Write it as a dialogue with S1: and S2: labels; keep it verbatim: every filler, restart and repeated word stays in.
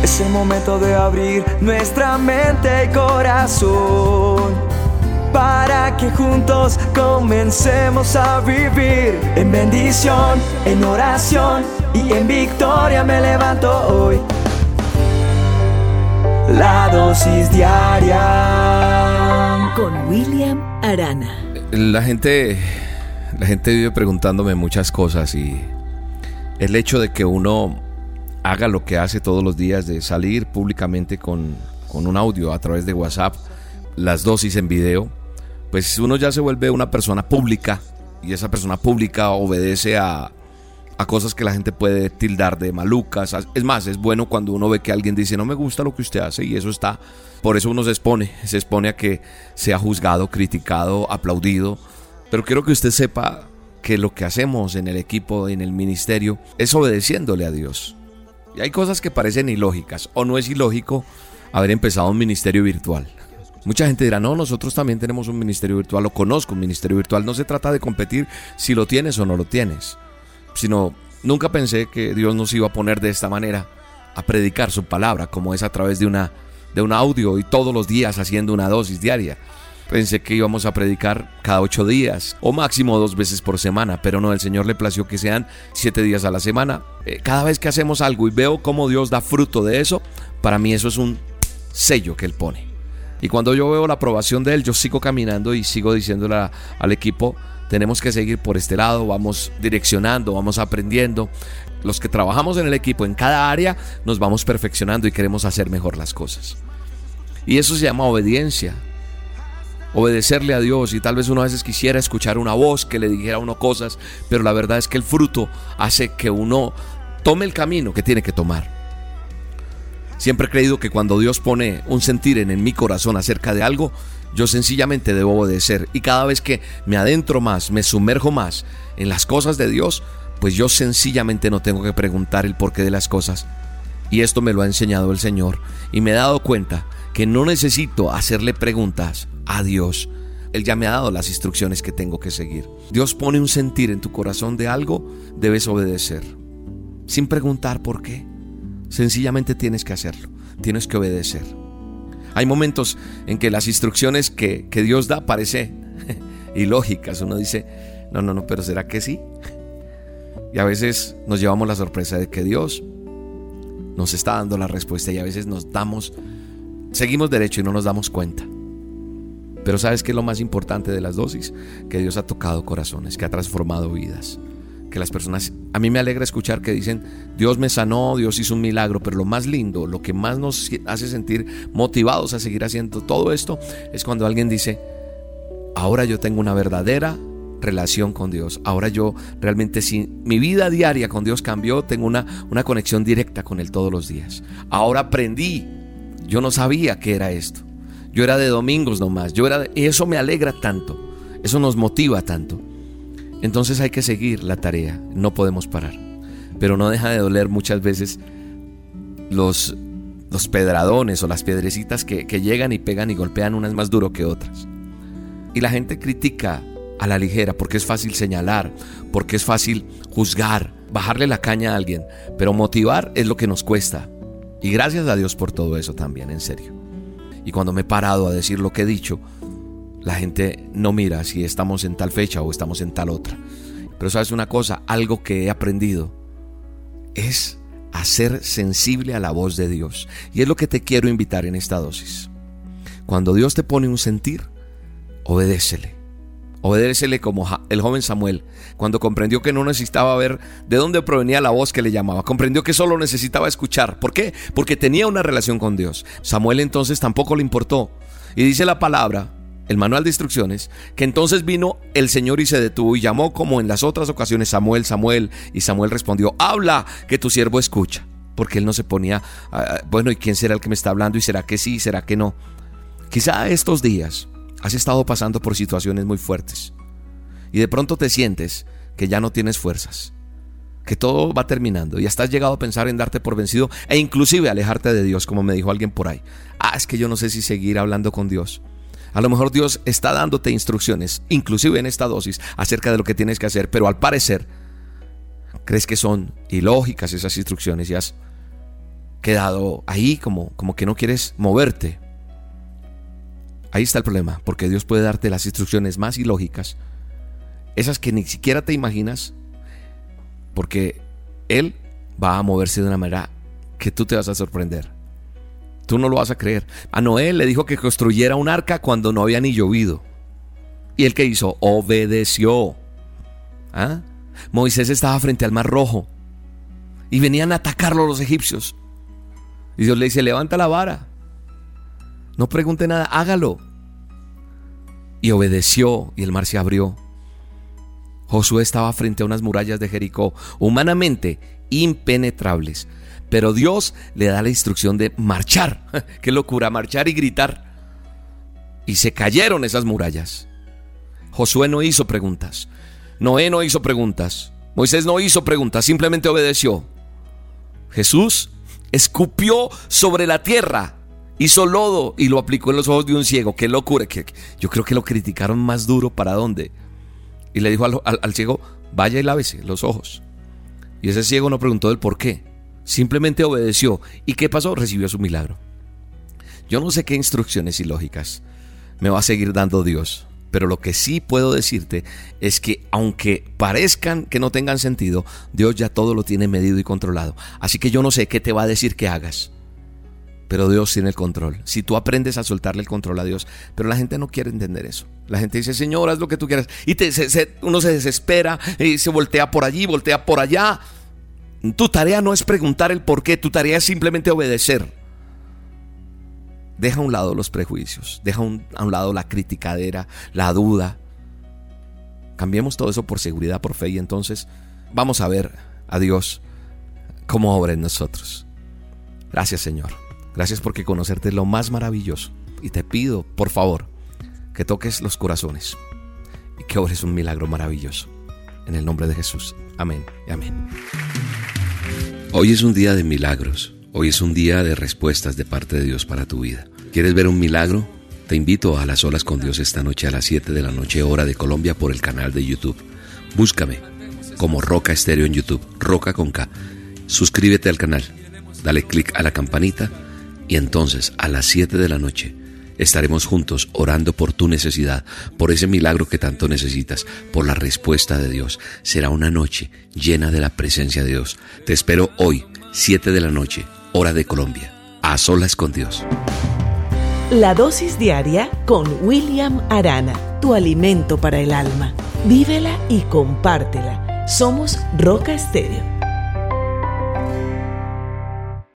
S1: Es el momento de abrir nuestra mente y corazón, para que juntos comencemos a vivir en bendición, en oración y en victoria. Me levanto hoy. La dosis diaria
S2: con William Arana.
S3: La gente, la gente vive preguntándome muchas cosas, y el hecho de que uno haga lo que hace todos los días, de salir públicamente con, con un audio a través de WhatsApp, las dosis en video, pues uno ya se vuelve una persona pública, y esa persona pública obedece a, a cosas que la gente puede tildar de malucas. Es más, es bueno cuando uno ve que alguien dice no me gusta lo que usted hace, y eso está, por eso uno se expone, se expone a que sea juzgado, criticado, aplaudido. Pero quiero que usted sepa que lo que hacemos en el equipo, en el ministerio, es obedeciéndole a Dios. Y hay cosas que parecen ilógicas, o no es ilógico haber empezado un ministerio virtual. Mucha gente dirá, no, nosotros también tenemos un ministerio virtual, o conozco un ministerio virtual. No se trata de competir si lo tienes o no lo tienes, sino nunca pensé que Dios nos iba a poner de esta manera a predicar su palabra, como es a través de una de un audio, y todos los días haciendo una dosis diaria. Pensé que íbamos a predicar cada ocho días o máximo dos veces por semana, pero no, el Señor le plació que sean siete días a la semana. Eh, cada vez que hacemos algo y veo cómo Dios da fruto de eso, para mí eso es un sello que Él pone. Y cuando yo veo la aprobación de Él, yo sigo caminando y sigo diciéndole a, al equipo, tenemos que seguir por este lado, vamos direccionando, vamos aprendiendo. Los que trabajamos en el equipo, en cada área, nos vamos perfeccionando y queremos hacer mejor las cosas. Y eso se llama obediencia. Obedecerle a Dios. Y tal vez uno a veces quisiera escuchar una voz que le dijera a uno cosas, pero la verdad es que el fruto hace que uno tome el camino que tiene que tomar. Siempre he creído que cuando Dios pone un sentir en, en mi corazón acerca de algo, yo sencillamente debo obedecer. Y cada vez que me adentro más, me sumerjo más en las cosas de Dios, pues yo sencillamente no tengo que preguntar el porqué de las cosas. Y esto me lo ha enseñado el Señor, y me he dado cuenta que no necesito hacerle preguntas a Dios. Él ya me ha dado las instrucciones que tengo que seguir. Dios pone un sentir en tu corazón de algo, debes obedecer, sin preguntar por qué. Sencillamente tienes que hacerlo, tienes que obedecer. Hay momentos en que las instrucciones que, que Dios da parecen ilógicas. Uno dice, no, no, no, pero ¿será que sí? Y a veces nos llevamos la sorpresa de que Dios nos está dando la respuesta, y a veces nos damos, seguimos derecho y no nos damos cuenta. Pero ¿sabes qué es lo más importante de las dosis? Que Dios ha tocado corazones, que ha transformado vidas. Que las personas, a mí me alegra escuchar que dicen, Dios me sanó, Dios hizo un milagro. Pero lo más lindo, lo que más nos hace sentir motivados a seguir haciendo todo esto, es cuando alguien dice, ahora yo tengo una verdadera relación con Dios. Ahora yo realmente, si mi vida diaria con Dios cambió, tengo una, una conexión directa con Él todos los días. Ahora aprendí, yo no sabía qué era esto. Yo era de domingos nomás, yo era de, y eso me alegra tanto, eso nos motiva tanto. Entonces hay que seguir la tarea, no podemos parar. Pero no deja de doler muchas veces los, los pedradones o las piedrecitas que, que llegan y pegan y golpean unas más duro que otras. Y la gente critica a la ligera porque es fácil señalar, porque es fácil juzgar, bajarle la caña a alguien. Pero motivar es lo que nos cuesta. Y gracias a Dios por todo eso también, en serio. Y cuando me he parado a decir lo que he dicho, la gente no mira si estamos en tal fecha o estamos en tal otra. Pero sabes una cosa, algo que he aprendido es a ser sensible a la voz de Dios. Y es lo que te quiero invitar en esta dosis. Cuando Dios te pone un sentir, obedécele. Obedécele como el joven Samuel, cuando comprendió que no necesitaba ver de dónde provenía la voz que le llamaba. Comprendió que solo necesitaba escuchar. ¿Por qué? Porque tenía una relación con Dios. Samuel entonces tampoco le importó. Y dice la palabra, el manual de instrucciones, que entonces vino el Señor y se detuvo y llamó como en las otras ocasiones, Samuel, Samuel. Y Samuel respondió, habla, que tu siervo escucha. Porque él no se ponía, uh, bueno, ¿y quién será el que me está hablando? ¿Y será que sí? ¿Será que no? Quizá estos días has estado pasando por situaciones muy fuertes y de pronto te sientes que ya no tienes fuerzas, que todo va terminando, y hasta has llegado a pensar en darte por vencido e inclusive alejarte de Dios, como me dijo alguien por ahí. Ah, es que yo no sé si seguir hablando con Dios. A lo mejor Dios está dándote instrucciones, inclusive en esta dosis, acerca de lo que tienes que hacer, pero al parecer crees que son ilógicas esas instrucciones y has quedado ahí como, como que no quieres moverte. Ahí está el problema, porque Dios puede darte las instrucciones más ilógicas, esas que ni siquiera te imaginas, porque Él va a moverse de una manera que tú te vas a sorprender. Tú no lo vas a creer. A Noé le dijo que construyera un arca cuando no había ni llovido. ¿Y él qué hizo? Obedeció. ¿Ah? Moisés estaba frente al Mar Rojo y venían a atacarlo los egipcios. Y Dios le dice: levanta la vara, no pregunte nada, hágalo. Y obedeció y el mar se abrió. Josué estaba frente a unas murallas de Jericó, humanamente impenetrables, pero Dios le da la instrucción de marchar. ¡Qué locura! Marchar y gritar. Y se cayeron esas murallas. Josué no hizo preguntas, Noé no hizo preguntas, Moisés no hizo preguntas, simplemente obedeció. Jesús escupió sobre la tierra, hizo lodo y lo aplicó en los ojos de un ciego. ¡Qué locura! Yo creo que lo criticaron más duro. ¿Para dónde? Y le dijo al, al, al ciego: vaya y lávese los ojos. Y ese ciego no preguntó el por qué, simplemente obedeció. ¿Y qué pasó? Recibió su milagro. Yo no sé qué instrucciones ilógicas me va a seguir dando Dios, pero lo que sí puedo decirte es que aunque parezcan que no tengan sentido, Dios ya todo lo tiene medido y controlado. Así que yo no sé qué te va a decir que hagas, pero Dios tiene el control. Si tú aprendes a soltarle el control a Dios, pero la gente no quiere entender eso. La gente dice: Señor, haz lo que tú quieras. Y te, se, se, uno se desespera y se voltea por allí, voltea por allá. Tu tarea no es preguntar el por qué, tu tarea es simplemente obedecer. Deja a un lado los prejuicios, deja un, a un lado la criticadera, la duda. Cambiemos todo eso por seguridad, por fe, y entonces vamos a ver a Dios cómo obra en nosotros. Gracias, Señor. Gracias porque conocerte es lo más maravilloso. Y te pido, por favor, que toques los corazones y que obres un milagro maravilloso. En el nombre de Jesús. Amén y amén.
S4: Hoy es un día de milagros. Hoy es un día de respuestas de parte de Dios para tu vida. ¿Quieres ver un milagro? Te invito a las Solas con Dios esta noche a las siete de la noche, hora de Colombia, por el canal de YouTube. Búscame como Roca Estéreo en YouTube, Roca con K. Suscríbete al canal, dale click a la campanita y entonces a las siete de la noche estaremos juntos orando por tu necesidad, por ese milagro que tanto necesitas, por la respuesta de Dios. Será una noche llena de la presencia de Dios. Te espero hoy, siete de la noche, hora de Colombia, a solas con Dios.
S2: La dosis diaria con William Arana, tu alimento para el alma. Vívela y compártela. Somos Roca Estéreo.